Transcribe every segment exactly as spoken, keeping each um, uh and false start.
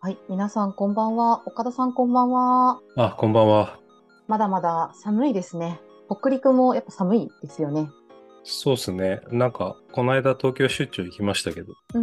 はい、皆さんこんばんは。岡田さんこんばんは。 あ、こんばんは。 まだまだ寒いですね。北陸もやっぱ寒いですよね。 そうですね。なんか、この間東京出張行きましたけど、 うん。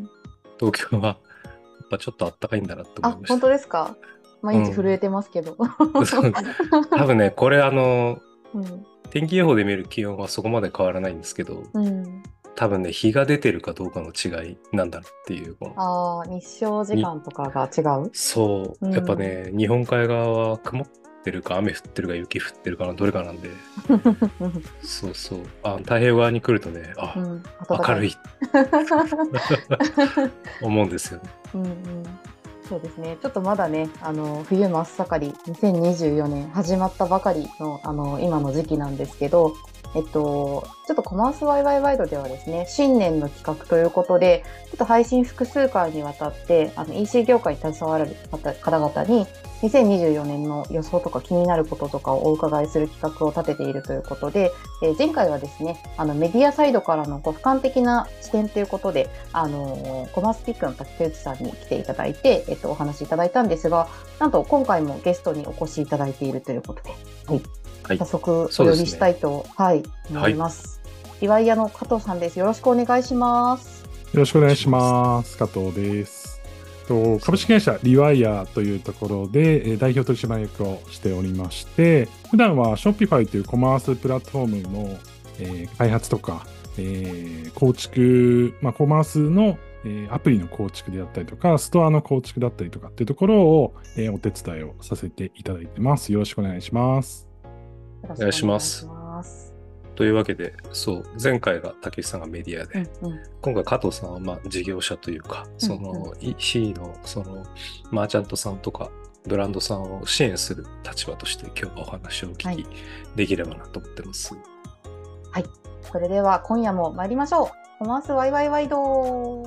東京はやっぱちょっと暖かいんだなって思いあ、本ました。 当ですか？毎日震えうん。 てますけど。 そう多分ね、これあの、 うん。 天気予報で見る気温はそこまで変わらないんですけど、 うん。 多分ね、日が出てるかどうかの違いなんだなっていう、この、 ああ、日照時に、 間とかが違う。 そう、やっぱうん。 ね、日本海側は曇ってるか雨降ってるか雪降ってるかのどれかなんで、そうそう。あ、太平洋側に来るとね、あ、 うん、暖かい。 明るい思うんですよね。 うんうん、そうですね。ちょっとまだね、あの、冬真っ盛り、にせんにじゅうよねん始まったばかりの、あの、今の時期なんですけど、えっと、ちょっとコマースワイワイワイドではですね、新年の企画ということで、ちょっと配信複数回にわたって、あの、イーシー 業界に携わる方方々に、にせんにじゅうよねんの予想とか気になることとかをお伺いする企画を立てているということで、えー前回はですね、あのメディアサイドからのこう俯瞰的な視点ということで、あのーコマースピックの竹内さんに来ていただいて、えっと、お話しいただいたんですが、なんと今回もゲストにお越しいただいているということで、はい、 はい。 早速お呼びしたそうですね。 いと、はい、思はい。 います。岩井屋の加藤さんです。よろしくお願いします。 お願よろしくお願いしいします。 ます。加藤です。とそう。 株式会社リワイヤーというところでえー代表取締役をしておりまして、普段は Shopify というコマースプラットフォームの、えー開発とか、えー構築、まあ、コマースの、えーアプリの構築であったりとか、ストアの構築だったりとかっていうところを、えーお手伝いをさせていただいてます。よろしくお願いします。 よろお願いしくお願いしします。 ます。 というわけで、そう、前回が竹内さんがメディアで、 うんうん今回加藤さんはまあ事業者というか、 うんうん。 その イーシー のそのマーチャントさんとかブランドさんを支援する立場として今日はお話をお聞はい。 きできればなと思ってます。 はい。それでは今夜も参りましょう。コマースワイワイワイド。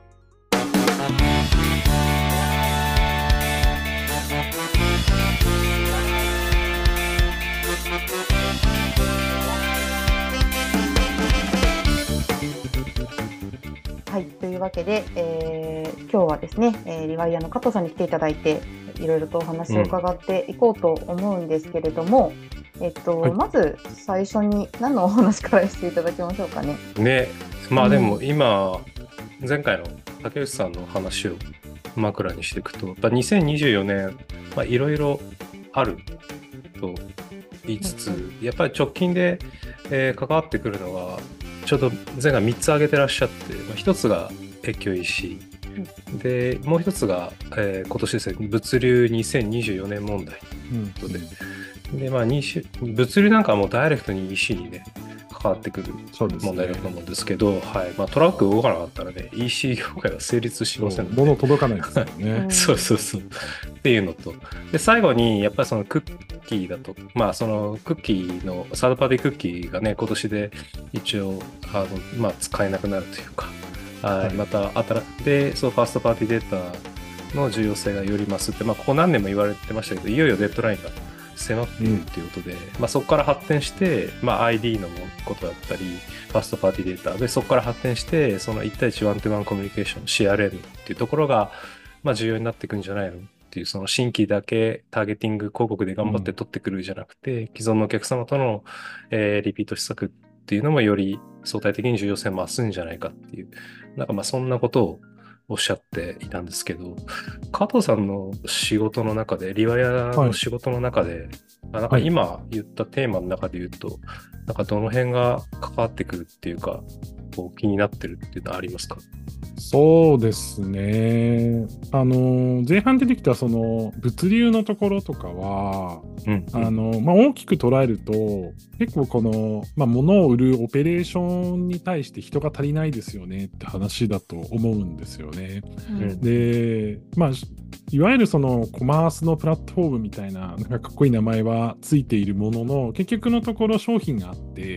はい、というわけで、えー今日はですね、えーリワイヤーの加藤さんに来ていただいて、いろいろとお話をうん。 伺っていこうと思うんですけれども、えっと、 はい。 まず最初に何のお話からしていただきましょうかね。 ね、まあでもうん。 今、前回の竹内さんの話を枕にしていくと、やっぱにせんにじゅうよねん、まあいろいろあると言いつつ、 うんうん。 やっぱり直近で、えー関わってくるのが、ちょうど前回みっつ挙げてらっしゃって、まあ、ひとつが越境 イーシー、で、もう一つが、えー今年ですね、物流にせんにじゅうよねん問題うん。 ということで、で、まあ、に物流なんかはもうダイレクトに イーシー にね、関わってくるそうです問題だとね。 思うんですけど、はい。まあ、トラック動かなかったらね、イーシー 業界は成立しませそう、 んので、 物届かないですからうね。 そうん。 そうそう。っていうのと、で、最後に、やっぱりそのクッキーだと、まあ、そのクッキーの、サードパーティークッキーがね、今年で一応、あの、まあ、使えなくなるというか、はい、 はい。 また、新で、そう、ファーストパーティーデータの重要性がより増すって、まあ、ここ何年も言われてましたけど、いよいよデッドラインが迫っているっうん。 ていうことで、まあ、そこから発展して、まあ、アイディー のことだったり、ファーストパーティーデータで、そこから発展して、そのいち対いちワントゥワンコミュニケーション、シーアールエム っていうところが、まあ、重要になってくんじゃないのっていう、その新規だけターゲティング広告で頑張ってうん。 取ってくるじゃなくて、既存のお客様との、えーリピート施策っていうのもより相対的に重要性増すんじゃないかっていう、なんかまあそんなことをおっしゃっていたんですけど、加藤さんの仕事の中で、リワイヤーはい。 の仕事の中で、あなんかはい。 今言ったテーマの中で言うと、なんかどの辺が関わってくるっていうか、こう気になってるっていうのはありますか？ そうですね。あの、前半出てきたその物流のところとかは、 うんうん。 あの、まあ、大きく捉えると、結構この、まあ、物を売るオペレーションに対して人が足りないですよねって話だと思うんですよね。 うん。 うん。 で、まあ、いわゆるそのコマースのプラットフォームみたいな、なんかかっこいい名前はついているものの、結局のところ商品があって、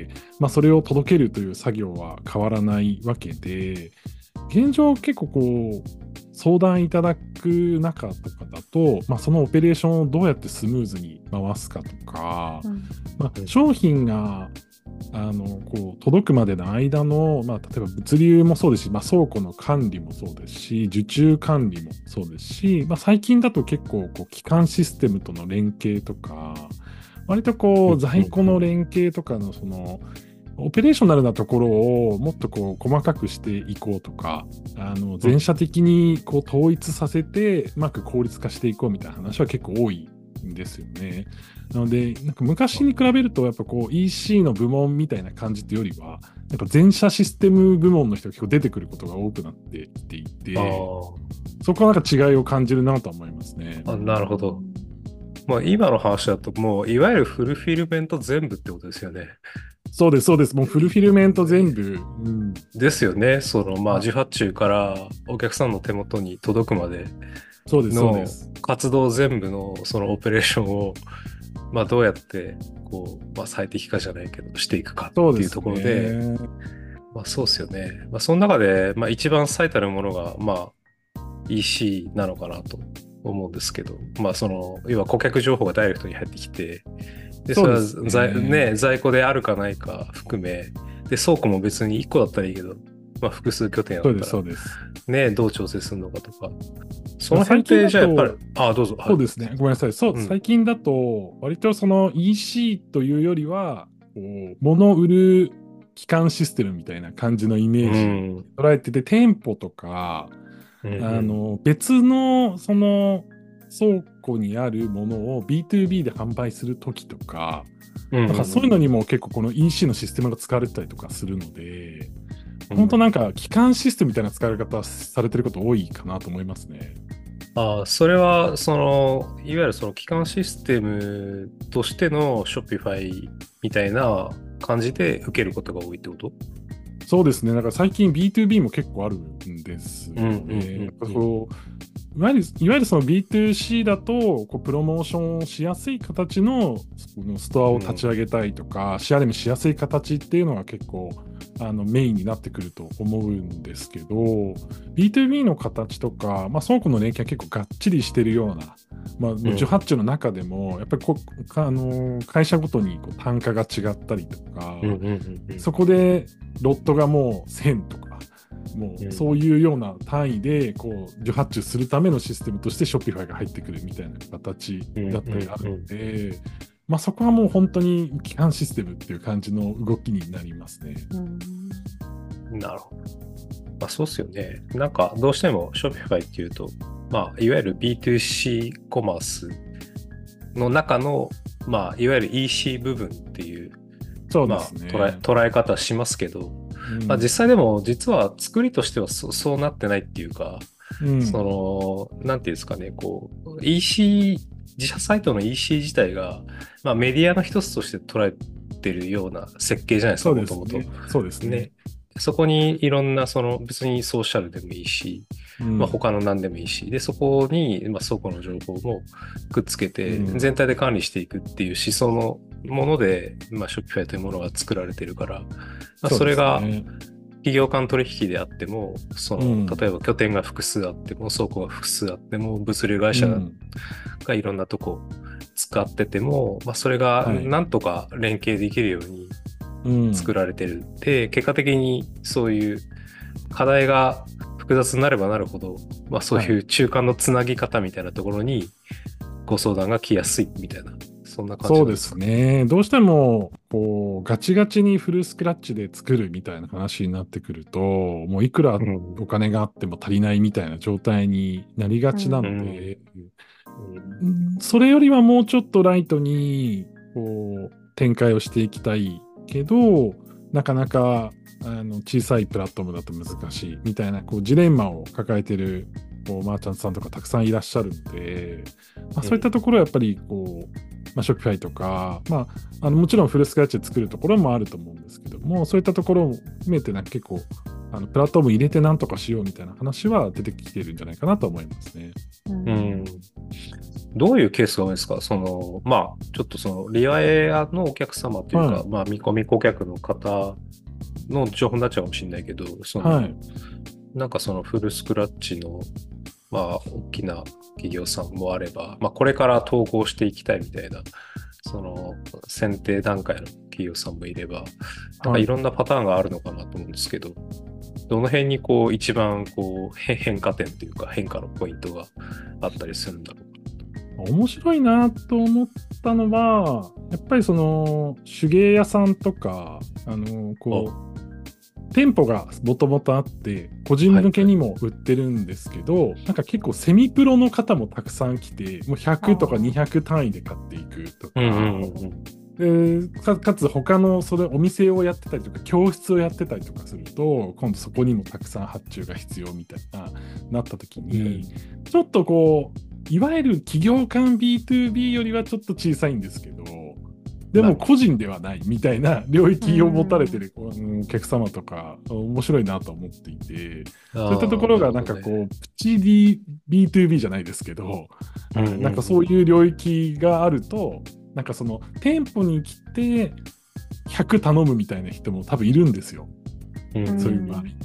まあ、それを届けるという作業は変わらないわけで、現状結構こう、相談いただく中とかだと、まあ、そのオペレーションをどうやってスムーズに回すかとか、 うん。 まあ、 うん。 商品があのこう届くまでの間の、まあ、例えば物流もそうですし、まあ、倉庫の管理もそうですし、受注管理もそうですし、まあ、最近だと結構こう基幹システムとの連携とか、割とこう在庫の連携とかのそのオペレーショナルなところをもっとこう細かくしていこうとか、あの全社的にこう統一させてうまく効率化していこうみたいな話は結構多いんですよね。なので、なんか昔に比べるとやっぱこう イーシー の部門みたいな感じってよりは、やっぱ全社システム部門の人が結構出てくることが多くなってきていて、そこはなんか違いを感じるなと思いますね。 あ、なるほど。まあ、今の話だともういわゆるフルフィルメント全部ってことですよね。 そうです、そうです。もうフルフィルメント全部。うん、 ですよね。その、まあ、受発注からお客さんの手元に届くまでそうです、そうでのす。 活動全部のそのオペレーションを、まあ、どうやって、こう、まあ、最適化じゃないけど、していくかっていうところで、 そうですね。 まあ、そうですよね。まあ、その中で、まあ、一番最たるものが、まあ、イーシー なのかなと思うんですけど、まあ、その、要は顧客情報がダイレクトに入ってきて、で、それはそうです在、 ねね、在庫であるかないか含め、で、倉庫も別にいっこだったらいいけど、まあ、複数拠点あそうです、 ったら、 そうです。 ね、どう調整するのかとか、その辺って、じゃあやっぱり、ああ、どうぞ。はいそうですね。ごめんなさい。そう、 うん最近だと、割とその イーシー というよりは、こう物を売る基幹システムみたいな感じのイメうージん。 捉えてて、店舗とか、 うんうんあの、別のその倉庫にあるものを ビーツービー で販売するときとか、 うんうんだからそういうのにも結構この イーシー のシステムが使われてたりとかするので、 うん本当なんか基幹システムみたいな使われ方されてること多いかなと思いますね。 ああ、それは、その、いわゆるその基幹システムとしての Shopify みたいな感じで受けることが多いってこと？ そうですね。だから最近 ビーツービー も結構あるんですようんうんうんうんね。やっぱこういわゆる、いわゆるその ビーツーシー だと、こうプロモーションしやすい形のそのストアを立ち上げたいとか、シェアレムしやすい形っていうのが結構あのメインになってくると思うんですけど、ビーツービー の形とか、まあ、倉庫の連携は結構がっちりしてるような、まあ、受発注の中でも、やっぱりこかあの会社ごとにこう単価が違ったりとか、 うんうんうんうんそこでロットがもうせんとか、もうそういうような単位でこう受発注するためのシステムとして Shopify が入ってくるみたいな形だったりあるので、まあ、そこはもう本当に基幹システムっていう感じの動きになりますね。 うん、なるほど。まあそうっすよね。なんかどうしても Shopify っていうと、まあいわゆる ビーツーシー コマースの中の、まあいわゆる イーシー 部分っていう、 そうですね。 まあ、捉え、捉え方しますけど、 うんまあ、実際でも実は作りとしては そ, そうなってないっていうか、 うん、 そのなんていうんですかね、こう イーシー 自社サイトの イーシー 自体が、まあ、メディアの一つとして捉えてるような設計じゃないですか、もともと。 そうですね。 そこにいろんなその別にソーシャルでもいいし、 うんまあ、他の何でもいいし、でそこにまあ倉庫の情報もくっつけてうん全体で管理していくっていう思想のもので、まあ、Shopify というものが作られてるから、まあ、それが企業間取引であっても、その、うん、例えば拠点が複数あっても、倉庫が複数あっても、物流会社がいろんなとこ使ってても、うん、まあ、それがなんとか連携できるように作られてる。うん、で、結果的にそういう課題が複雑になればなるほど、まあ、そういう中間のつなぎ方みたいなところにご相談が来やすいみたいな。そんな感じそうですね。どうしてもこうガチガチにフルスクラッチで作るみたいな話になってくると、もういくらお金があっても足りないみたいな状態になりがちなので、うんうん、それよりはもうちょっとライトにこう展開をしていきたいけど、なかなかあの小さいプラットフォームだと難しいみたいなこうジレンマを抱えてるこうマーチャントさんとかたくさんいらっしゃるので、まあ、そういったところはやっぱりこう、まあ、Shopify とか、まあ、あのもちろんフルスクラッチで作るところもあると思うんですけども、そういったところを含めてなんか結構あのプラットフォーム入れてなんとかしようみたいな話は出てきてるんじゃないかなと思いますね。 うん、どういうケースが多いですか？そのまあちょっとそのリアエアのお客様というか、はい、まあ見込み顧客の方の情報になっちゃうかもしれないけど、その、はい、なんかそのフルスクラッチのまあ大きな企業さんもあれば、まあこれから統合していきたいみたいな、その選定段階の企業さんもいれば、なんかいろんなパターンがあるのかなと思うんですけど、どの辺にこう一番こう変変化点というか変化のポイントがあったりするんだろうか。 面白いなと思ったのは、やっぱりその手芸屋さんとか、あのこう店舗がもともとあって個人向けにも売ってるんですけど、はい、なんか結構セミプロの方もたくさん来て、もうひゃくとかにひゃく単位で買っていくとか、うんうんうん、で か, かつ他のそれお店をやってたりとか教室をやってたりとかすると、今度そこにもたくさん発注が必要みたいななった時に、うん、ちょっとこういわゆる企業間 ビーツービー よりはちょっと小さいんですけど、でも個人ではないみたいな領域を持たれてるお客様とか面白いなと思っていて、そういったところがなんかこうプチ ビーツービー じゃないですけど、うんうんうん、なんかそういう領域があると、なんかその店舗に来てひゃく頼むみたいな人も多分いるんですよ、うん、そういう場合って。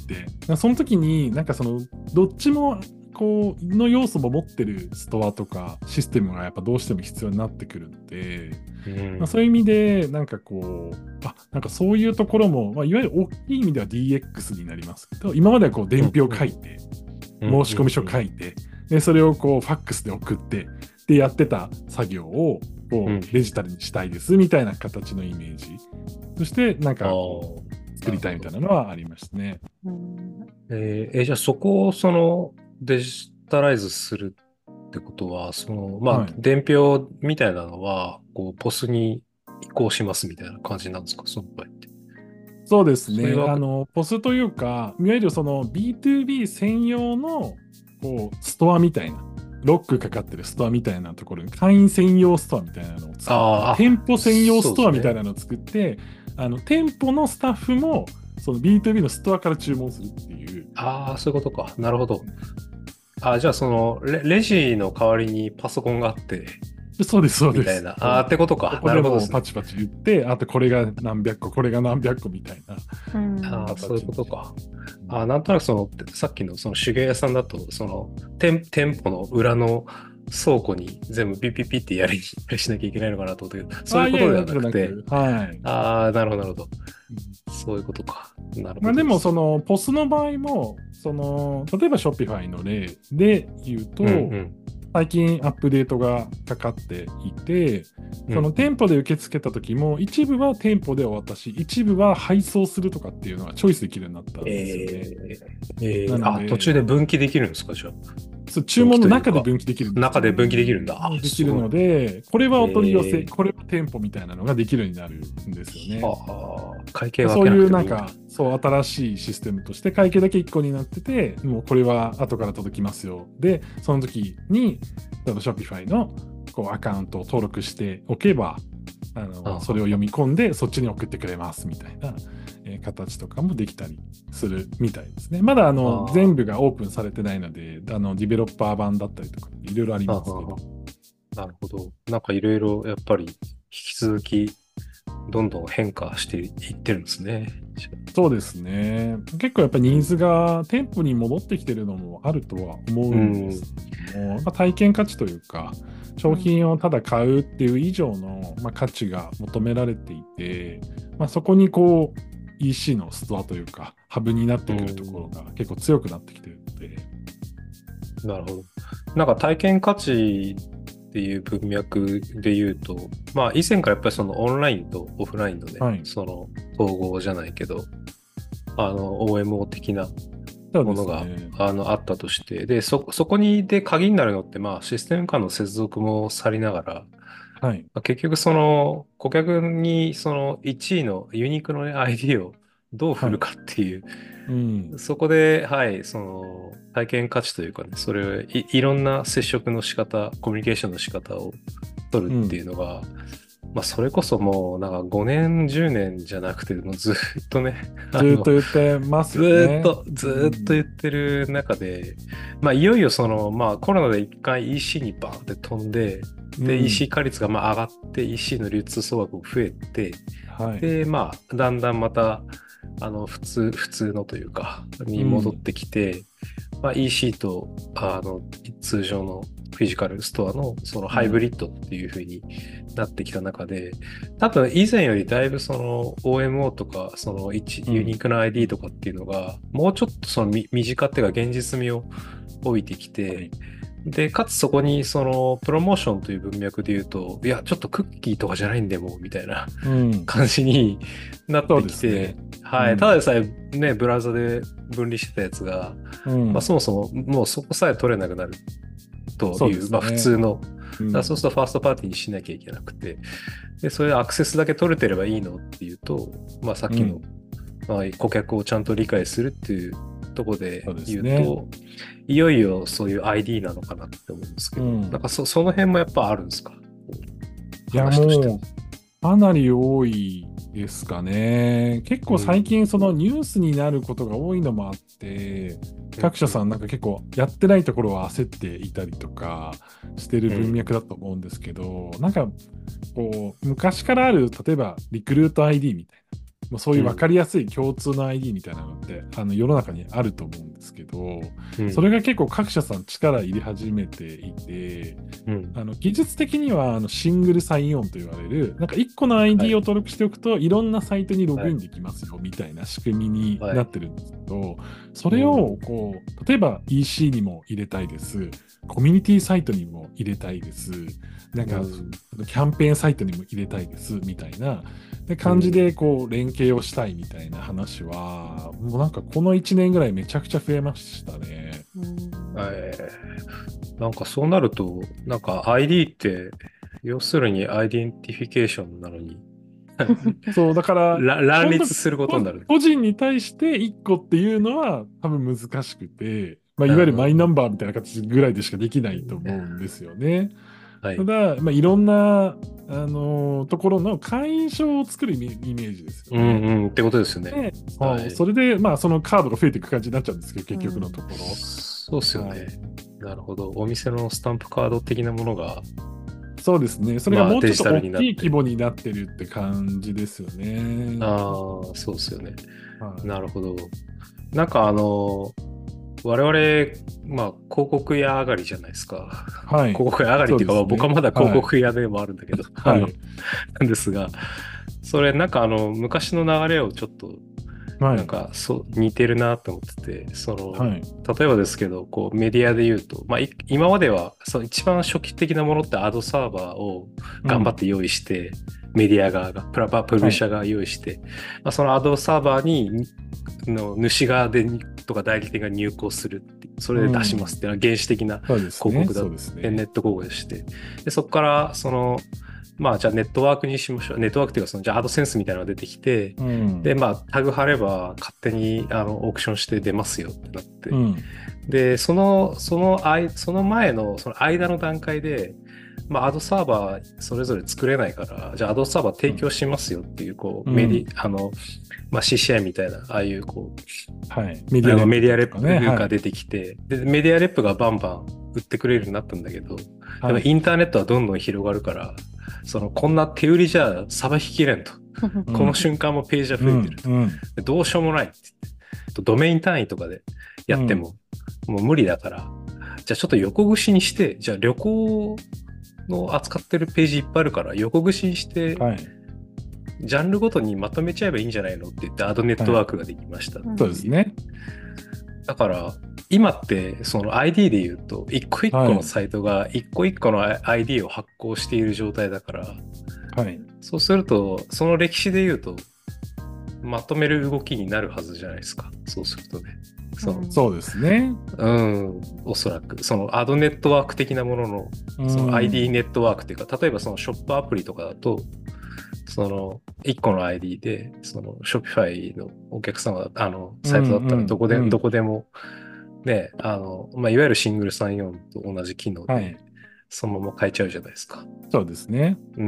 その時になんかそのどっちもこうの要素も持ってるストアとかシステムがやっぱどうしても必要になってくるので、うんまあ、そういう意味でなんかこうあなんかそういうところも、まあ、いわゆる大きい意味では ディーエックス になりますけど、今まではこう伝票書いて、うん、申込書書いて、でそれをこうファックスで送ってでやってた作業をこうデジタルにしたいですみたいな形のイメージとしてなんかこう作りたいみたいなのはありましたね。 えー、えー、じゃあそこをそのデジタライズするってことは、その、まあ、はい、伝票みたいなのは、こう、ポスに移行しますみたいな感じなんですか、その場合って。 そうですね。あの、ポスというか、いわゆるその ビーツービー 専用の、こう、ストアみたいな、ロックかかってるストアみたいなところに、会員専用ストアみたいなのを作って、店舗専用ストアみたいなのを作って、ね、あの、店舗のスタッフも、その ビーツービー のストアから注文するっていう。 ああ、そういうことか。なるほど。あ、じゃあそのレ、レジの代わりにパソコンがあって、 そうです、そうです。 みたいな。ああ、ってことか。 なるほど。パチパチ言って、あとこれが何百個、これが何百個みたいな。 ああ、そういうことか。ああ、なんとなくその、さっきのその手芸屋さんだと、その、店店舗の裏の倉庫に全部ピピピってやりしなきゃいけないのかなと思ったけど、そういうことではなくて、 はい。 ああ、なるほど、なるほど。そういうことか。なるほど。 まあでも、その、ポスの場合も、その、例えば Shopify の例で言うと、うんうん、最近アップデートがかかっていて、その店舗で受け付けた時も、一部は店舗でお渡し、一部は配送するとかっていうのはチョイスできるようになったんですよね。 えーえー、あ、途中で分岐できるんですか、じゃあ。 そう、注文の中で分岐できるんです。 中で分岐できるんだ。 できるので、これはお取り寄せ、えー、これは店舗みたいなのができるようになるんですよね。 ああ、会計はそういうなんか、そう、新しいシステムとして会計だけいっこになってて、もうこれは後から届きますよ。で、その時に、Shopify のこうアカウントを登録しておけば、あのあそれを読み込んでそっちに送ってくれますみたいな、えー、形とかもできたりするみたいですね。まだあのあ全部がオープンされてないので、あのディベロッパー版だったりとかいろいろありますけど。 なるほど。なんかいろいろやっぱり引き続きどんどん変化していってるんですね。 そうですね。結構やっぱりニーズが店舗に戻ってきてるのもあるとは思うんですけども、うんまあ、体験価値というか商品をただ買うっていう以上の、まあ、価値が求められていて、まあ、そこにこう イーシー のストアというかハブになってくるところが結構強くなってきてるので、 うん、なるほど。なんか体験価値っていう文脈で言うと、まあ以前からやっぱりそのオンラインとオフラインのね、はい、その統合じゃないけど、あの オーエムオー 的なものが、ね、あのあったとして、で、そ、そこにで鍵になるのって、まあシステム間の接続もさりながら、はい、結局その顧客にそのいちいのユニークの、ね、アイディをどう振るかっていう、はいうん、そこで、はい、その体験価値というかね、それを い, いろんな接触の仕方、コミュニケーションの仕方を取るっていうのが、うんまあ、それこそもうなんかごねん、じゅうねんじゃなくて、もうずっとね、 ずっと言ってますよね。 ずっと、ずっと言ってる中で、うん、まあ、いよいよその、まあ、コロナで一回 イーシー にバーンって飛んで、で、うん、イーシー 化率がまあ上がって、イーシー の流通総額も増えて、はい、で、まあ、だんだんまた、あの、普通、普通のというか、に戻ってきて、うんまあ、イーシー と、あの、通常のフィジカルストアのそのハイブリッドっていう風になってきた中で、多分以前よりだいぶその オーエムオー とかその一ユニークな アイディー とかっていうのがもうちょっとそのみ身近っていうか現実味を帯びてきて、はい、でかつそこにそのプロモーションという文脈で言うと、いやちょっとクッキーとかじゃないんでもみたいな、うん、感じになってきて、ね、はい、うん、ただでさえねブラウザで分離してたやつが、うん、まあ、そもそももうそこさえ取れなくなるという、ね、まあ普通の、うん、だそうするとファーストパーティーにしなきゃいけなくて、でそれでアクセスだけ取れてればいいのっていうと、まあさっきの、うん、まあ、顧客をちゃんと理解するっていうところで言うと、ね、いよいよそういう アイディー なのかなって思うんですけど、うん、なんか そ, その辺もやっぱあるんですか？ いやもうかなり多いですかね。結構最近そのニュースになることが多いのもあって、うん、各社さんなんか結構やってないところは焦っていたりとかしてる文脈だと思うんですけど、うん、なんかこう昔からある例えばリクルート アイディー みたいな、もうそういう分かりやすい共通の アイディー みたいなのって、うん、あの世の中にあると思うんですけど、うん、それが結構各社さん力入れ始めていて、うん、あの技術的にはあのシングルサインオンと言われるなんかいっこの アイディー を登録しておくと、はい、いろんなサイトにログインできますよみたいな仕組みになってるんですけど、はい、それをこう例えば イーシー にも入れたいです、コミュニティサイトにも入れたいです、なんか、うん、キャンペーンサイトにも入れたいですみたいなで感じでこう連携をしたいみたいな話は、もうなんかこのいちねんぐらいめちゃくちゃ増えましたね。 えー、なんかそうなるとなんか アイディー って要するにアイデンティフィケーションなのにそうだから乱立することになる。 個人に対していっこっていうのは多分難しくて、まあ、いわゆるマイナンバーみたいな形ぐらいでしかできないと思うんですよね。はい、ただ、まあ、いろんな、あのー、ところの会員証を作るイメージですよね。 うんうんってことですよね。 はい、それで、まあ、そのカードが増えていく感じになっちゃうんですけど、結局のところ。うん、 そうですよね、はい。なるほど。お店のスタンプカード的なものが。 そうですね。それがもうちょっと大きい規模になってるって感じですよね。 ああ、そうですよね。はい、なるほど。なんかあのー我々、まあ、広告屋上がりじゃないですか。はい、広告屋上がりっていうか、ね、僕はまだ広告屋でもあるんだけど、はい、なんですが、それなんかあの昔の流れをちょっとなんかそう似てるなと思ってて、その、はい、例えばですけど、こうメディアで言うと、まあ、今まではその一番初期的なものってアドサーバーを頑張って用意して、うん、メディア側がプラパプブリッシャーが用意して、はい、まあ、そのアドサーバーにの主側でとか代理店が入稿するってそれで出しますっていうのは原始的な広告だった、うんねね、ネット広告でして、でそこからそのまあじゃあネットワークにしましょう、ネットワークっていうかそのじゃあアドセンスみたいなのが出てきて、うん、でまあタグ貼れば勝手にあのオークションして出ますよってなって、うん、でそのそのあその前のその間の段階でまあ、アドサーバーそれぞれ作れないから、じゃあアドサーバー提供しますよっていう、こう、メディ、うん、あの、まあ、シーシーアイ みたいな、ああいう、こう、はい、メディアレップが出てきて、はい、で、メディアレップがバンバン売ってくれるようになったんだけど、はい、でもインターネットはどんどん広がるから、その、こんな手売りじゃさばききれんと。この瞬間もページが増えてると。うんうん、どうしようもないって言って。ドメイン単位とかでやっても、うん、もう無理だから、じゃあちょっと横串にして、じゃあ旅行、の扱ってるページいっぱいあるから横串にして、はい、ジャンルごとにまとめちゃえばいいんじゃないのって言ってアドネットワークができました、 はい、そうですね。 だから今ってその アイディー で言うと一個一個のサイトが一個一個の アイディー を発行している状態だから、はい、そうするとその歴史で言うとまとめる動きになるはずじゃないですか。そうするとね。 そう、そうですね。 うん、おそらくそのアドネットワーク的なものの、その アイディー ネットワークっていうか、例えばそのショップアプリとかだと、そのいっこの アイディー で、その Shopify のお客様、あのサイトだったらどこで、うんうん、どこでもね、あのまあいわゆるシングルさんじゅうよんと同じ機能で、はい、そのまま変えちゃうじゃないですか。 そうですね。 うん、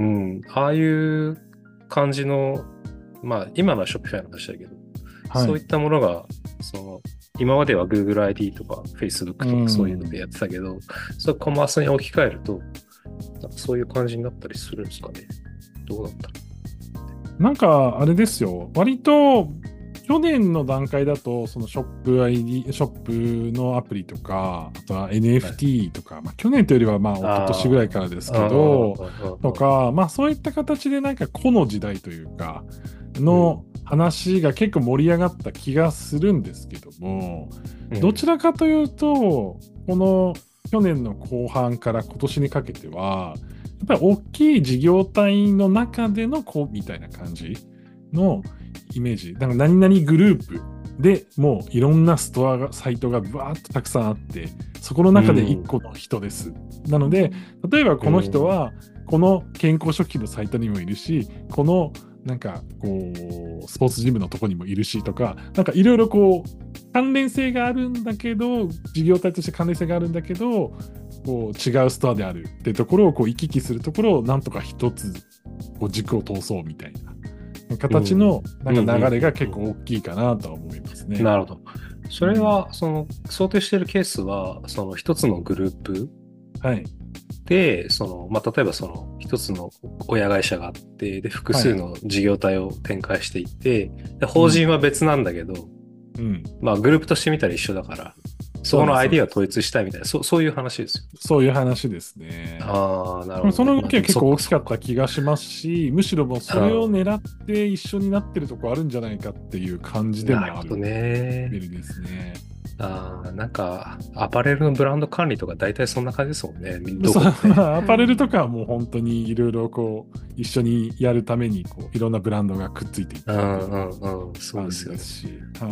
ああいう感じの、まあ今のは Shopify の話だけど、はい、そういったものがその今までは Google アイディー とか Facebook とかそういうのでやってたけど、うん、それコマースに置き換えるとなんかそういう感じになったりするんですかね。どうだったの？ なんかあれですよ、割と去年の段階だと、そのショップ アイディー、ショップのアプリとか、あとは エヌエフティー とか、はい、まあ去年というよりはまあ一昨年ぐらいからですけど、とか、まあそういった形でなんか個の時代というか、の話が結構盛り上がった気がするんですけども、うん、どちらかというと、この去年の後半から今年にかけては、やっぱり大きい事業体の中でのこうみたいな感じのイメージ。だから何々グループでもういろんなストアが、サイトがブワーッとたくさんあって、そこの中でいっこの人です。うん、なので、例えばこの人はこの健康食品のサイトにもいるし、このなんかこうスポーツジムのとこにもいるしとか、なんかいろいろこう関連性があるんだけど、事業体として関連性があるんだけど、こう違うストアであるってところをこう行き来するところをなんとか一つこう軸を通そうみたいな形のなんか流れが結構大きいかなとは思いますね。 なるほど。それはその想定しているケースはその一つのグループ、 はい、 でそのまあ例えばその一つの親会社があってで複数の事業体を展開していて、はい、で法人は別なんだけど、うん、まあグループとして見たら一緒だから。そこの アイディー は統一したいみたいな、そ, そういう話ですよ。 そういう話ですね。 ああ、なるほど、ね。 その動きは結構大きかった気がしますし、むしろもうそれを狙って一緒になってるとこあるんじゃないかっていう感じでもあるレベルですね。 ああ、なんかアパレルのブランド管理とか大体そんな感じですもんね。 どこねまあ、アパレルとかはもう本当にいろいろこう一緒にやるためにこういろんなブランドがくっついていってる感じですし、はい。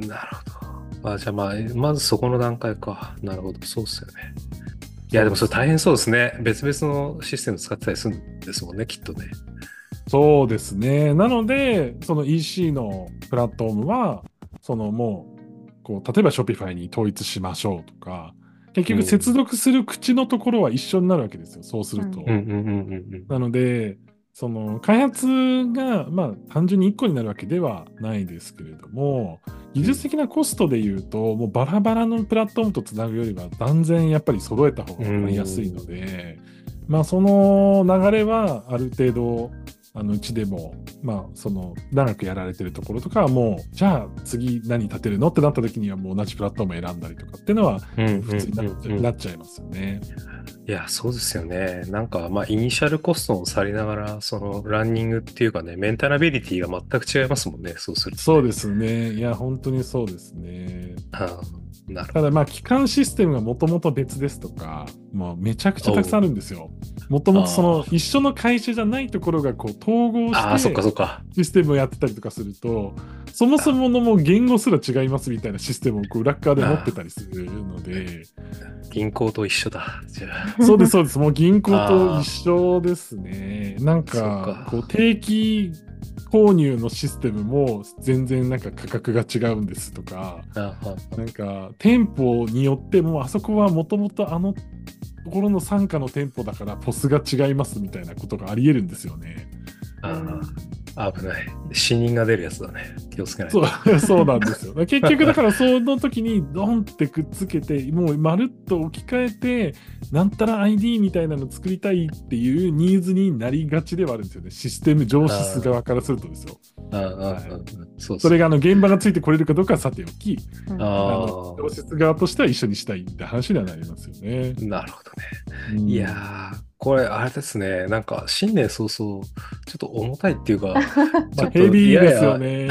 なるほど。あ、じゃあまあ、まずそこの段階か。なるほど、そうっすよね。いや、でもそれ大変そうですね。別々のシステム使ってたりするんですもんね、きっとね。 そうですね。なので、その イーシー のプラットフォームは、そのもう、こう例えば Shopify に統一しましょうとか、結局接続する口のところは一緒になるわけですよ、そうすると。なので、その開発が、まあ、単純にいっこになるわけではないですけれども、技術的なコストでいうと、もうバラバラのプラットフォームとつなぐよりは断然やっぱり揃えた方が分かりやすいので、まあ、その流れはある程度、あのうちでも、まあ、その長くやられてるところとかはもう、じゃあ次何立てるのってなった時にはもう同じプラットフォームを選んだりとかっていうのは普通になっちゃ、うんうんうん、なっちゃいますよね。 いや、そうですよね。なんか、まあ、イニシャルコストもさりながら、そのランニングっていうかね、メンテナビリティが全く違いますもんね、そうすると、ね。 そうですね。いや、本当にそうですね。 あなるほど。 ただ、まあ、基幹システムがもともと別ですとか、もうめちゃくちゃたくさんあるんですよ。もともとその一緒の会社じゃないところがこう統合してシステムをやってたりとかすると、そもそものもう言語すら違いますみたいなシステムをこう裏側で持ってたりするので。 銀行と一緒だ。じゃあそうです、そうです。もう銀行と一緒ですね。なんか、こう定期購入のシステムも全然なんか価格が違うんですとか、なんか店舗によってもあそこはもともとあのところの傘下の店舗だからポスが違いますみたいなことがあり得るんですよね。 ああ、危ない。死人が出るやつだね。気をつけないと。 そう、そうなんですよ。結局だからその時にドンってくっつけて、もうまるっと置き換えて、なんたら アイディー みたいなの作りたいっていうニーズになりがちではあるんですよね。システム上司側からするとですよ。 ああ、はい、そうそう。 それがあの現場がついてこれるかどうかはさておき、あの上司側としては一緒にしたいって話にはなりますよね。 なるほどね。うん、いやー、これあれですね。なんか新年早々ちょっと重たいっていうか、 ちょっとヘビーですよね。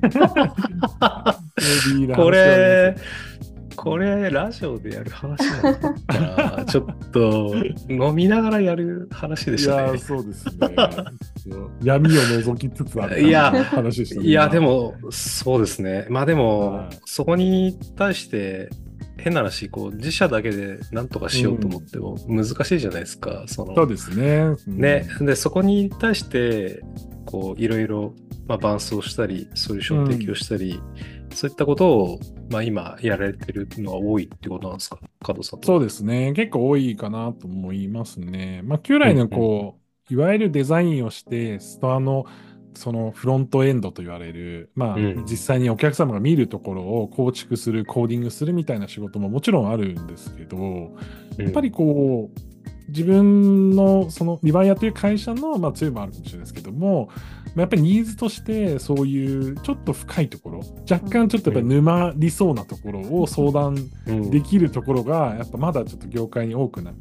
これ、これラジオでやる話なのかな。ちょっと飲みながらやる話でしたね。 いや、そうですね。闇を覗きつつある話でしたね。 いや、でもそうですね。まあでも、そこに対して変な話、こう自社だけで何とかしようと思っても難しいじゃないですか。 うん、 そのそうですね。 うん、ね。で、そこに対してこういろいろまあ伴走したり、ソリューションを提供したり、うん、そういったことをまあ今やられてるのが多いってことなんですか、加藤さん。 そうですね。結構多いかなと思いますね。まあ旧来のこう、うんうん、いわゆるデザインをしてストアのそのフロントエンドと言われる、まあ、うん、実際にお客様が見るところを構築する、コーディングするみたいな仕事ももちろんあるんですけど、やっぱりこう、 自分のそのリバイアという会社の、まあ、強みもあるかもしれないですけども、まあやっぱりニーズとしてそういうちょっと深いところ、若干ちょっとやっぱり沼りそうなところを相談できるところがやっぱまだちょっと業界に多くなって、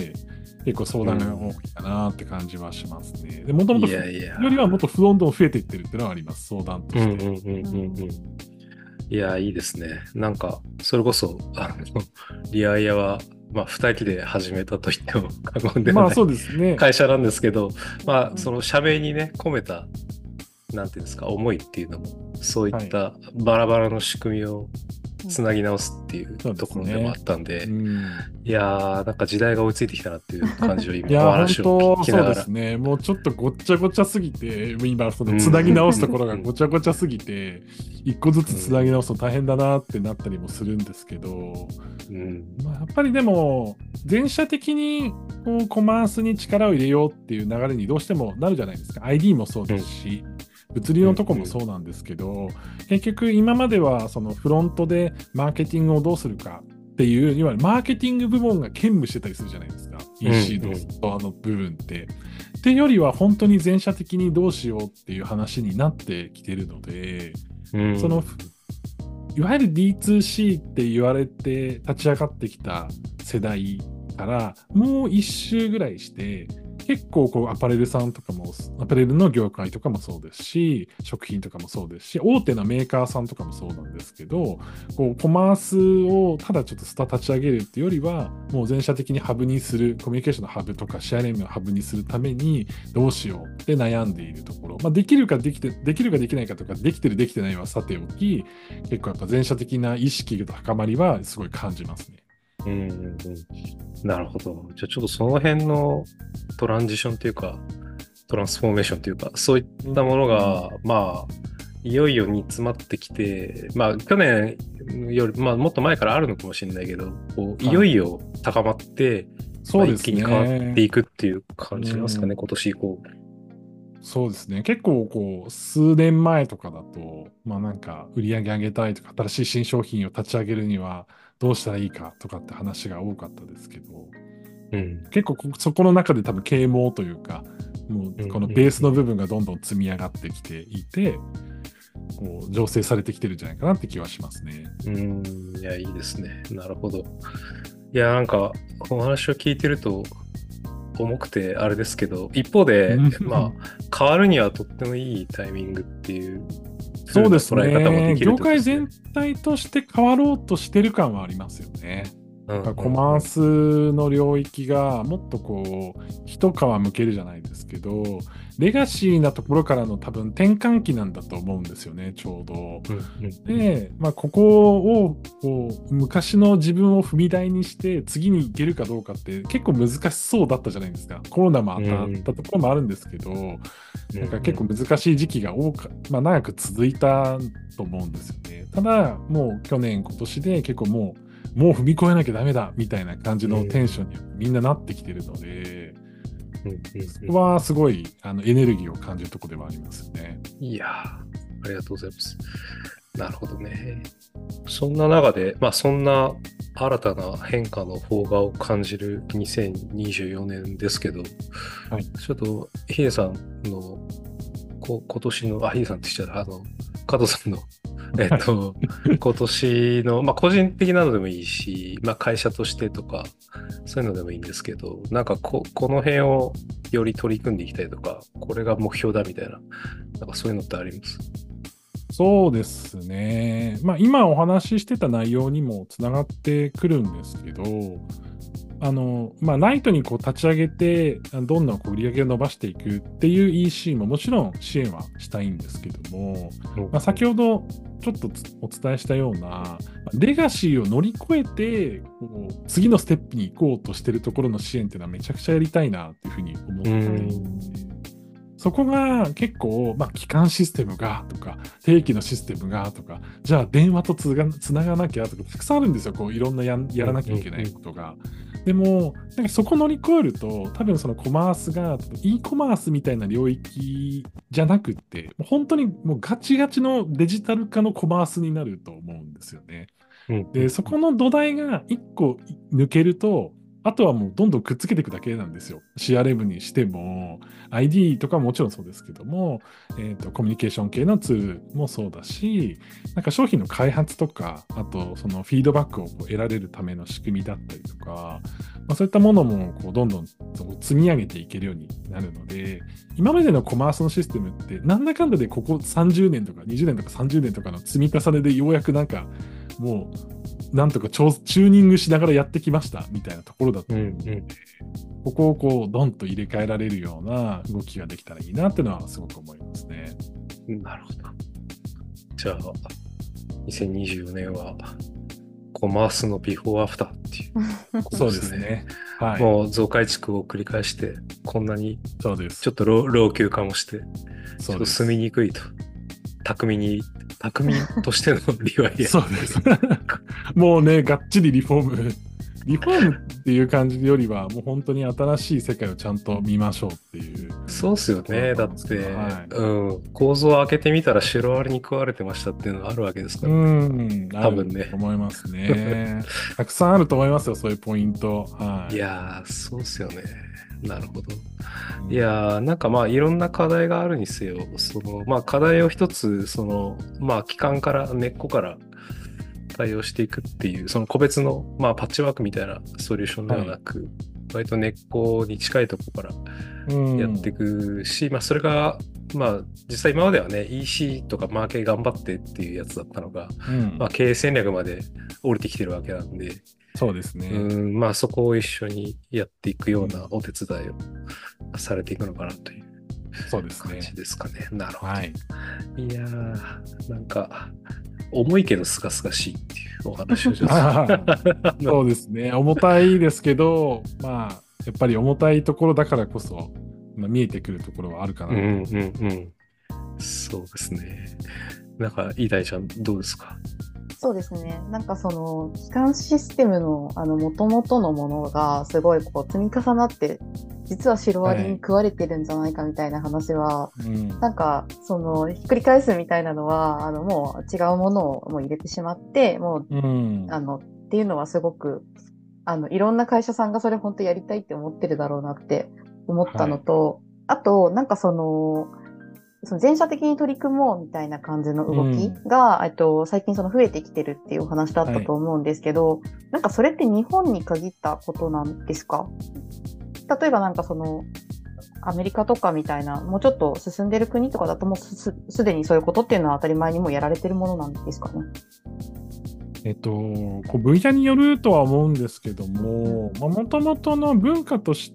結構相談が多いかなって感じはしますね。で、もともとよりはもっとどんどん増えていってるっていうのはあります、相談として。 うんうんうんうんうん。いや、いいですね。なんか、それこそ、あの、リアイアは、まあ、二人で始めたと言っても過言ではない会社なんですけど、まあ、その社名にね、込めた、なんていうんですか、思いっていうのも、そういったバラバラの仕組みをつなぎ直すっていうところでもあったんで、でねうん、いやー、なんか時代が追いついてきたなっていう感じを今、お話を聞きながら。 そうですね。もうちょっとごっちゃごちゃすぎて、今、そのつなぎ直すところがごちゃごちゃすぎて、一個ずつつなぎ直すと大変だなってなったりもするんですけど、うんまあ、やっぱりでも、全社的にこうコマースに力を入れようっていう流れにどうしてもなるじゃないですか。アイディー もそうですし。うん物流のとこもそうなんですけど、うんうん、結局今まではそのフロントでマーケティングをどうするかっていういわゆるマーケティング部門が兼務してたりするじゃないですか、うんうん、イーシー のあの部分ってっていうよりは本当に全社的にどうしようっていう話になってきてるので、うん、そのいわゆる ディーツーシー って言われて立ち上がってきた世代からもう一周ぐらいして結構こうアパレルさんとかもアパレルの業界とかもそうですし食品とかもそうですし大手のメーカーさんとかもそうなんですけどこうコマースをただちょっとスタ立ち上げるっていうよりはもう全社的にハブにするコミュニケーションのハブとかシェアレームのハブにするためにどうしようって悩んでいるところ、まあ、できるかできてできるかできないかとかできてるできてないはさておき結構やっぱ全社的な意識の高まりはすごい感じますね。 うんうんうん、なるほど。じゃあちょっとその辺のトランジションというかトランスフォーメーションというかそういったものが、うん、まあいよいよ煮詰まってきてまあ去年より、まあ、もっと前からあるのかもしれないけどこういよいよ高まって、はいまあ、一気に変わっていくっていう感じなんですかね、うん、今年以降。 そうですね。結構こう数年前とかだとまあなんか売り上げ上げたいとか新しい新商品を立ち上げるにはどうしたらいいかとかって話が多かったですけど、うん、結構そこの中で多分啓蒙というかもうこのベースの部分がどんどん積み上がってきていて、こう醸成されてきてるんじゃないかなって気はしますね。 うん、いやいいですね。なるほど。いやなんかこの話を聞いてると重くてあれですけど一方でまあ変わるにはとってもいいタイミングっていうそうですね。業界全体として変わろうとしてる感はありますよね。うんうん、コマースの領域がもっとこう一皮むけるじゃないですけどレガシーなところからの多分転換期なんだと思うんですよねちょうど。うんうん、で、まあ、ここをこう昔の自分を踏み台にして次に行けるかどうかって結構難しそうだったじゃないですか。コロナも当たったところもあるんですけど、うん、なんか結構難しい時期が多か、まあ、長く続いたと思うんですよね。ただもう去年今年で結構もうもう踏み越えなきゃダメだみたいな感じのテンションにみんななってきてるので、うんうんうん、そこはすごいあのエネルギーを感じるところではありますよね。 いやー、ありがとうございます。なるほどね。そんな中で、まあそんな新たな変化の邦画を感じるにせんにじゅうよねんですけど、はい、ちょっとヒデさんのこ今年の、あ、ヒデさんって言っちゃった、あの、加藤さんのえっと、今年の、まあ、個人的なのでもいいし、まあ、会社としてとか、そういうのでもいいんですけど、なんかこ、この辺をより取り組んでいきたいとか、これが目標だみたいな、なんかそういうのってあります？ そうですね。まあ、今お話ししてた内容にもつながってくるんですけど、あのまあ、ライトにこう立ち上げてどんどんこう売り上げを伸ばしていくっていう イーシー ももちろん支援はしたいんですけども、まあ、先ほどちょっとお伝えしたようなレガシーを乗り越えてこう次のステップに行こうとしてるところの支援っていうのはめちゃくちゃやりたいなっていうふうに思っていて、そこが結構、まあ、基幹システムがとか定期のシステムがとかじゃあ電話とつがつながなきゃとかたくさんあるんですよ。こういろんな や, やらなきゃいけないことが。でもなんかそこ乗り越えると多分そのコマースが e コマースみたいな領域じゃなくってもう本当にもうガチガチのデジタル化のコマースになると思うんですよね。でそこの土台がいっこ抜けるとあとはもうどんどんくっつけていくだけなんですよ。シーアールエム にしても、アイディー とかももちろんそうですけども、えっと、コミュニケーション系のツールもそうだし、なんか商品の開発とか、あとそのフィードバックをこう得られるための仕組みだったりとか、まあ、そういったものもこうどんどん積み上げていけるようになるので、今までのコマースのシステムってなんだかんだでここさんじゅうねんとかにじゅうねんとかさんじゅうねんとかの積み重ねでようやくなんかもうなんとかチューニングしながらやってきましたみたいなところだと思うので、うんうん、ここをこうドンと入れ替えられるような動きができたらいいなっていうのはすごく思いますね。 なるほど。じゃあにせんにじゅうよねんはコマースのビフォーアフターっていうことですね。そうですね。はい。もう増改築を繰り返してこんなにちょっと老朽化もしてちょっと住みにくいと。匠に匠としてのリワイヤー。 そうです。もうね、がっちりリフォーム。リフォームっていう感じよりは、もう本当に新しい世界をちゃんと見ましょうっていう。 そうっすよね。だって、はい、うん、構造を開けてみたらシロアリに食われてましたっていうのがあるわけですから、ね。うん、多分ね。 思いますね。たくさんあると思いますよ、そういうポイント。はい、 いやー、そうっすよね。なるほど。いやー、なんかまあいろんな課題があるにせよ、そのまあ課題を一つ、そのまあ基幹から根っこから対応していくっていう、その個別のまあパッチワークみたいなソリューションではなく、はい、割と根っこに近いところからやっていくし、まあそれがまあ実際今まではね イーシー とかマーケ頑張ってっていうやつだったのが、うん、まあ経営戦略まで降りてきてるわけなんで。 そうですね。 うん、まあそこを一緒にやっていくようなお手伝いをされていくのかなという感じですかね。そうですね。なるほど。はい、いやー、なんか重いけどすがすがしいっていうお話をちょっとそうですね。重たいですけど、まあやっぱり重たいところだからこそ、まあ、見えてくるところはあるかなと。うんうんうん。 そうですね。なんかイダイちゃんどうですか？ そうですね。なんかその基幹システムのあの元々のものがすごいこう積み重なって実はシロアリに食われてるんじゃないかみたいな話は、はいうん、なんかそのひっくり返すみたいなのはあのもう違うものをもう入れてしまってもう、うん、あのっていうのはすごくあのいろんな会社さんがそれ本当やりたいって思ってるだろうなって思ったのと、はい、あとなんかそのその全社的に取り組もうみたいな感じの動きが、うん、えっと、最近その増えてきてるっていうお話だったと思うんですけど、はい、なんかそれって日本に限ったことなんですか？例えばなんかそのアメリカとかみたいなもうちょっと進んでる国とかだともう す, すでにそういうことっていうのは当たり前にもやられてるものなんですかね？ えっと、こう分野によるとは思うんですけども、もともとの文化として、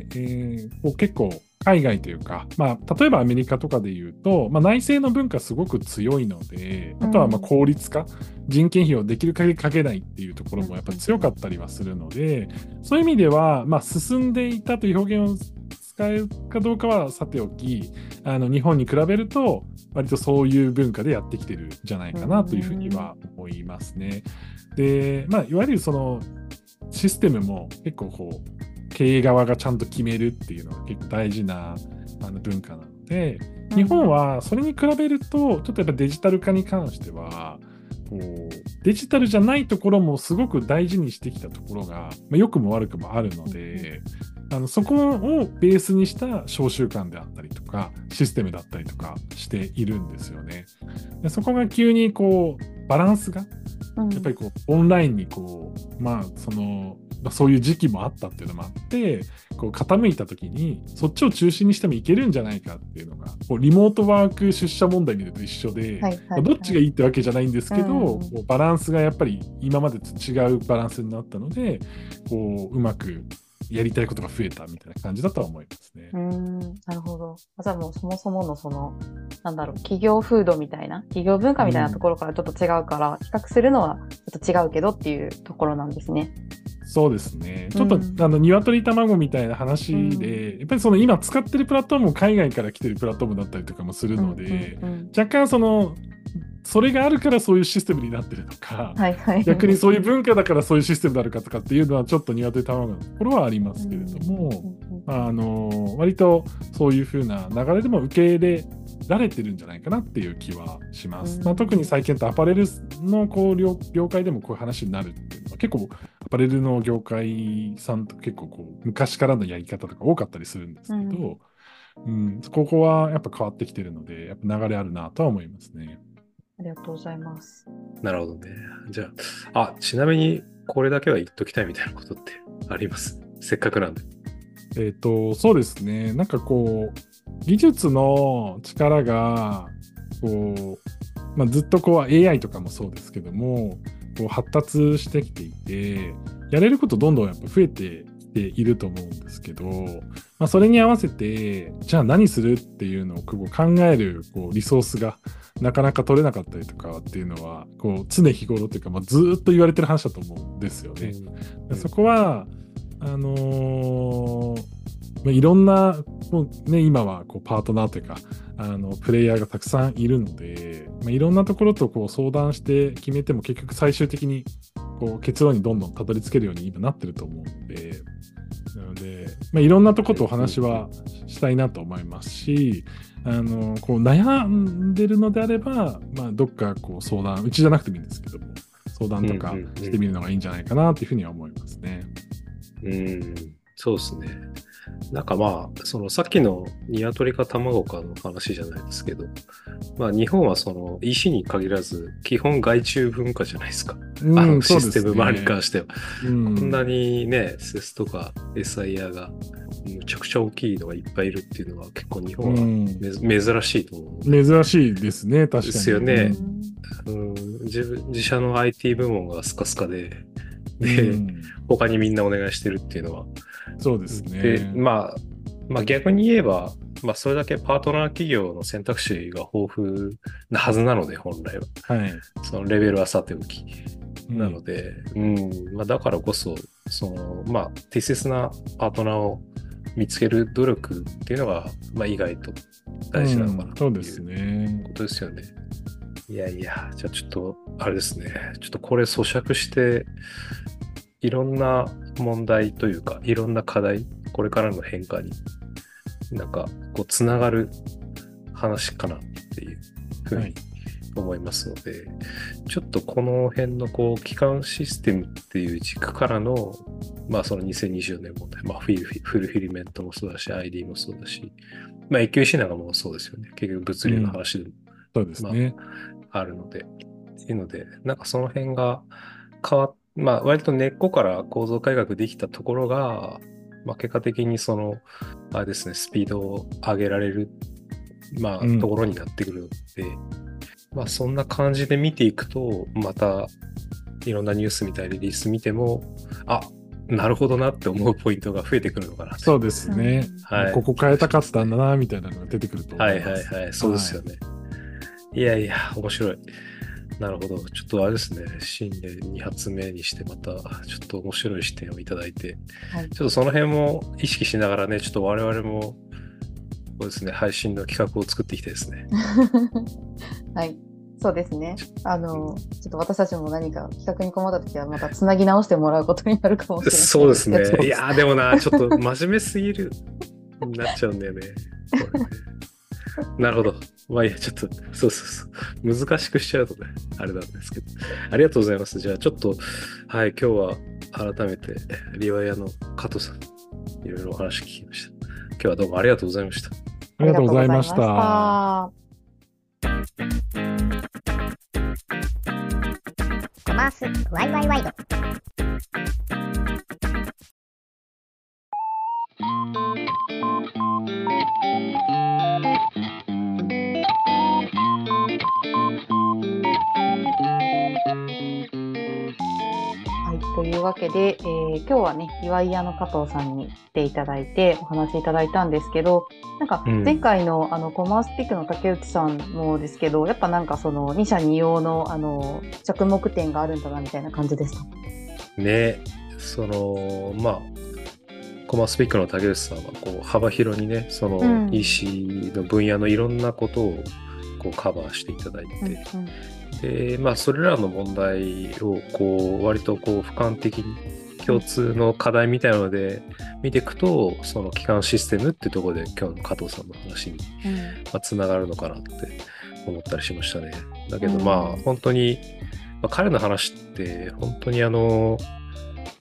えー、こう結構海外というか、まあ、例えばアメリカとかで言うと、まあ、内政の文化すごく強いので、あとはまあ効率化、うん、人件費をできる限りかけないっていうところもやっぱり強かったりはするので、そういう意味では、まあ、進んでいたという表現を使うかどうかはさておき、あの日本に比べると割とそういう文化でやってきてるんじゃないかなというふうには思いますね。で、まあ、いわゆるそのシステムも結構こう経営側がちゃんと決めるっていうのが結構大事なあの文化なので、日本はそれに比べるとちょっとやっぱデジタル化に関してはこうデジタルじゃないところもすごく大事にしてきたところが、まあ、良くも悪くもあるので、あのそこをベースにした商習慣であったりとかシステムだったりとかしているんですよね。でそこが急にこうバランスがやっぱりこうオンラインにこうまあそのまあ、そういう時期もあったっていうのもあってこう傾いた時にそっちを中心にしてもいけるんじゃないかっていうのがこうリモートワーク出社問題にと一緒で、はいはいはい、どっちがいいってわけじゃないんですけど、うん、こうバランスがやっぱり今までと違うバランスになったのでこううまくやりたいことが増えたみたいな感じだとは思いますね。 うーん、なるほど。じゃあもうそもそものそのなんだろう企業風土みたいな企業文化みたいなところからちょっと違うから、うん、比較するのはちょっと違うけどっていうところなんですね。 そうですね。ちょっと、うん、あの鶏卵みたいな話で、うん、やっぱりその今使ってるプラットフォームも海外から来てるプラットフォームだったりとかもするので、うんうんうん、若干そのそれがあるからそういうシステムになってるとか、はいはい、逆にそういう文化だからそういうシステムになるかとかっていうのはちょっと鶏卵のところはありますけれども、うんうん、あの割とそういう風な流れでも受け入れられてるんじゃないかなっていう気はします。うんまあ、特に最近とアパレルのこう 業, 業界でもこういう話になるっていうのは結構アパレルの業界さんと結構こう昔からのやり方とか多かったりするんですけど、うん、ここはやっぱ変わってきてるので、やっぱ流れあるなとは思いますね。 ありがとうございます。 なるほどね。じゃあ、あ、ちなみにこれだけは言っときたいみたいなことってあります？せっかくなんで。 えっと、そうですね。なんかこう、技術の力が、こう、まあ、ずっとこう エーアイ とかもそうですけども、こう発達してきていて、やれることどんどんやっぱ増えてきていると思うんですけど、まあ、それに合わせて、じゃあ何するっていうのをこう考えるこうリソースがなかなか取れなかったりとかっていうのは、こう常日頃というか、まあ、ずーっと言われてる話だと思うんですよね。 うん、 そこは、あのーまあ、いろんな、もうね、今はこうパートナーというか、あのプレイヤーがたくさんいるので、まあ、いろんなところとこう相談して決めても結局最終的にこう結論にどんどんたどり着けるように今なってると思うので、なので、まあ、いろんなところとお話はしたいなと思いますし、あのこう悩んでるのであれば、まあ、どっかこう相談、うちじゃなくてもいいんですけども、相談とかしてみるのがいいんじゃないかなというふうには思いますね。 うん、うん、そうですね。なんかまあ、そのさっきの鶏か卵かの話じゃないですけど、まあ日本はその イーシー に限らず、基本外注文化じゃないですか。 うん、 あのシステム周りに関しては。 うん、 こんなにね、セスとか エスアイアー がむちゃくちゃ大きいのがいっぱいいるっていうのは結構日本はめ、うん、珍しいと思う。 珍しいですね、確かに。 ですよね。うん、自分自社の アイティー 部門がスカスカで、で、うん、他にみんなお願いしてるっていうのは。 そうですね。 で、まあ、まあ逆に言えば、まあそれだけパートナー企業の選択肢が豊富なはずなので、本来は。 はい。 そのレベルはさておき。なので、うん、うん、まあだからこそ、その、まあ適切なパートナーを見つける努力っていうのが、まあ意外と大事なのかなということですよね。いやいや、じゃあちょっと、あれですね。ちょっとこれ咀嚼して、いろんな問題というか、いろんな課題、これからの変化に、なんか、こう、つながる話かなっていうふうに思いますので、はい、ちょっとこの辺の、こう、基幹システムっていう軸からの、まあ、そのにせんにじゅうねん問題、まあ、フィルフィリメントもそうだし、アイディー もそうだし、まあ、エキューシー なんかもそうですよね。結局、物流の話でも、 うん、そうですね。 まあ、あるので、っていうので、なんかその辺が変わっまあ、割と根っこから構造改革できたところが、まあ、結果的にその、あれですね、スピードを上げられる、まあ、うん、ところになってくるので、まあ、そんな感じで見ていくと、また、いろんなニュースみたいなリリース見ても、あ、なるほどなって思うポイントが増えてくるのかな。 そうですね。はい。ここ変えたかったんだな、みたいなのが出てくると思います。 はいはいはい、そうですよね。はい、いやいや、面白い。なるほど。ちょっとあれですね、新年に発目にしてまたちょっと面白い視点をいただいて、はい、ちょっとその辺も意識しながらね、ちょっと我々もそうですね、配信の企画を作っていきたいですね。 はい、そうですね。あの、ちょっと私たちも何か企画に困った時はまたつなぎ直してもらうことになるかもしれない。 そうですね。いやーでもな、ちょっと真面目すぎるになっちゃうんだよね。これねなるほど。まあいいや、ちょっと、そうそうそう。難しくしちゃうとね、あれなんですけど。ありがとうございます。じゃあちょっと、はい、今日は改めて、リワイヤの加藤さん、いろいろお話聞きました。今日はどうもありがとうございました。 ありがとうございました。 コマースワイワイワイド。 というわけで、えー、今日はね、リワイヤの加藤さんに来ていただいてお話いただいたんですけど、なんか前回の、うん、あのコマースピックの竹内さんもですけど、やっぱなんかそのに社に様のあの着目点があるんだなみたいな感じでした。 ね、そのまあコマースピックの竹内さんはこう幅広にね、その イーシー の分野のいろんなことをこうカバーしていただいて。うんうんでまあ、それらの問題をこう割とこう俯瞰的に共通の課題みたいなので見ていくと、その基幹システムっていうところで今日の加藤さんの話につながるのかなって思ったりしましたね。だけどまあ本当に、まあ、彼の話って本当にあの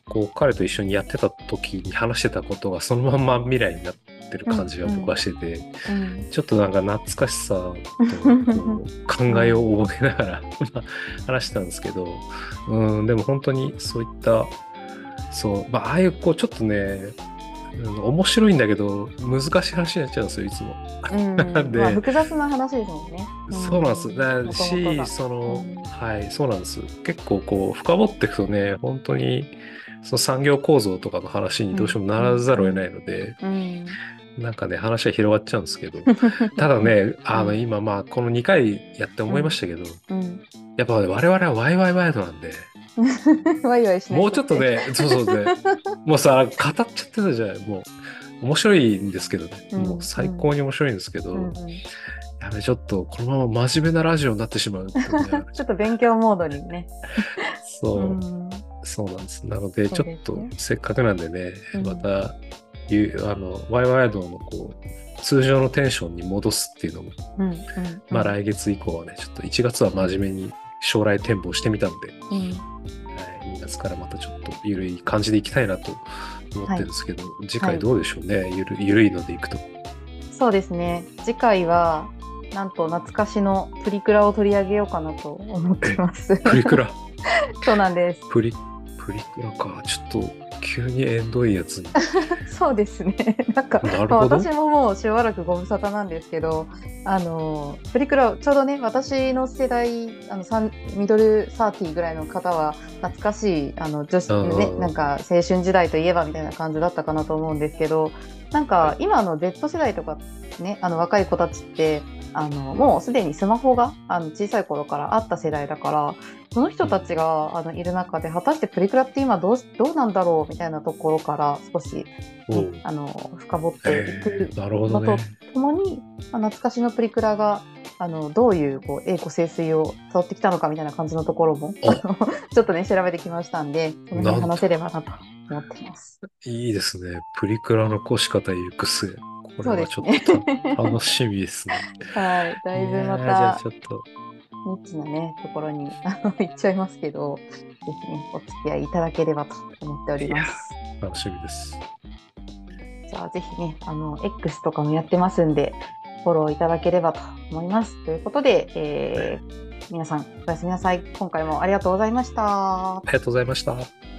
こう彼と一緒にやってた時に話してたことがそのまんま未来になってる感じが僕はしてて、 うんちょっとなんか懐かしさとこう考えを覚えながら話してたんですけど、うん、でも本当にそういったそう、まあ、ああいうこうちょっとね、うん、面白いんだけど難しい話になっちゃうんですよいつも。 うんでまあ、複雑な話ですもんね。 そうなんです。だ元々がし、その、 うんはい、そうなんです。結構こう、深掘っていくとね、本当に、その産業構造とかの話にどうしてもならざるを得ないので、 うんなんかね、話は広がっちゃうんですけど、ただね、あの、今、まあ、このにかいやって思いましたけど、 うんやっぱ、ね、我々はワイワイワイドなんで、 ワイワイしないもうちょっとね、そうそうね、もうさ、語っちゃってたじゃない、もう、面白いんですけどね、 うんもう最高に面白いんですけど、 うんうんやべ、ちょっと、このまま真面目なラジオになってしまうって思いながら。 ちょっと勉強モードにね。 そう、 うんそうなんです。なので、ちょそうですねっと、せっかくなんでね、 うんまた、いうあの、ワイワイドのこう、通常のテンションに戻すっていうのも、 うんうんまあ来月以降はね、ちょっといちがつは真面目に将来展望してみたので、 うんはい、にがつからまたちょっとゆるい感じでいきたいなと思ってるんですけど、次回どうでしょうね、ゆるゆるいのでいくと。 そうですね。次回は、なんと懐かしのプリクラを取り上げようかなと思ってます。 プリクラ、 そうなんです。 プリ、プリクラか、ちょっと急にエンドいやつに。 そうですね。なんか、 なるほどまあ私ももうしばらくご無沙汰なんですけど、あの、プリクラ、ちょうどね、私の世代、あの、さんミドルサーティーぐらいの方は、懐かしい、あの、女子、 うんね、なんか、青春時代といえばみたいな感じだったかなと思うんですけど、なんか、今の Z 世代とかね、あの、若い子たちって、あの、もうすでにスマホが、あの、小さい頃からあった世代だから、その人たちが、あの、いる中で、果たしてプリクラって今どうし、どうなんだろうみたいなところから少し、 おうね、あの、深掘っていくなるほのとどね。 ともに、まあ、懐かしのプリクラが、あの、どういう、こう、栄枯盛衰を辿ってきたのかみたいな感じのところも、 おあのちょっとね、調べてきましたんで、その辺話せればなと思っています。 いいですね。プリクラの越し方行く末。これはちょっそうですねとた楽しみですね。 はい。だいぶまいやーじゃあたちょっと、 ニッチなね、ところにあの行っちゃいますけど、ぜひね、お付き合いいただければと思っております。 楽しみです。 じゃあぜひね、あの、X とかもやってますんで、フォローいただければと思います。ということで、えー皆さんおやすみなさい。今回もありがとうございました。 ありがとうございました。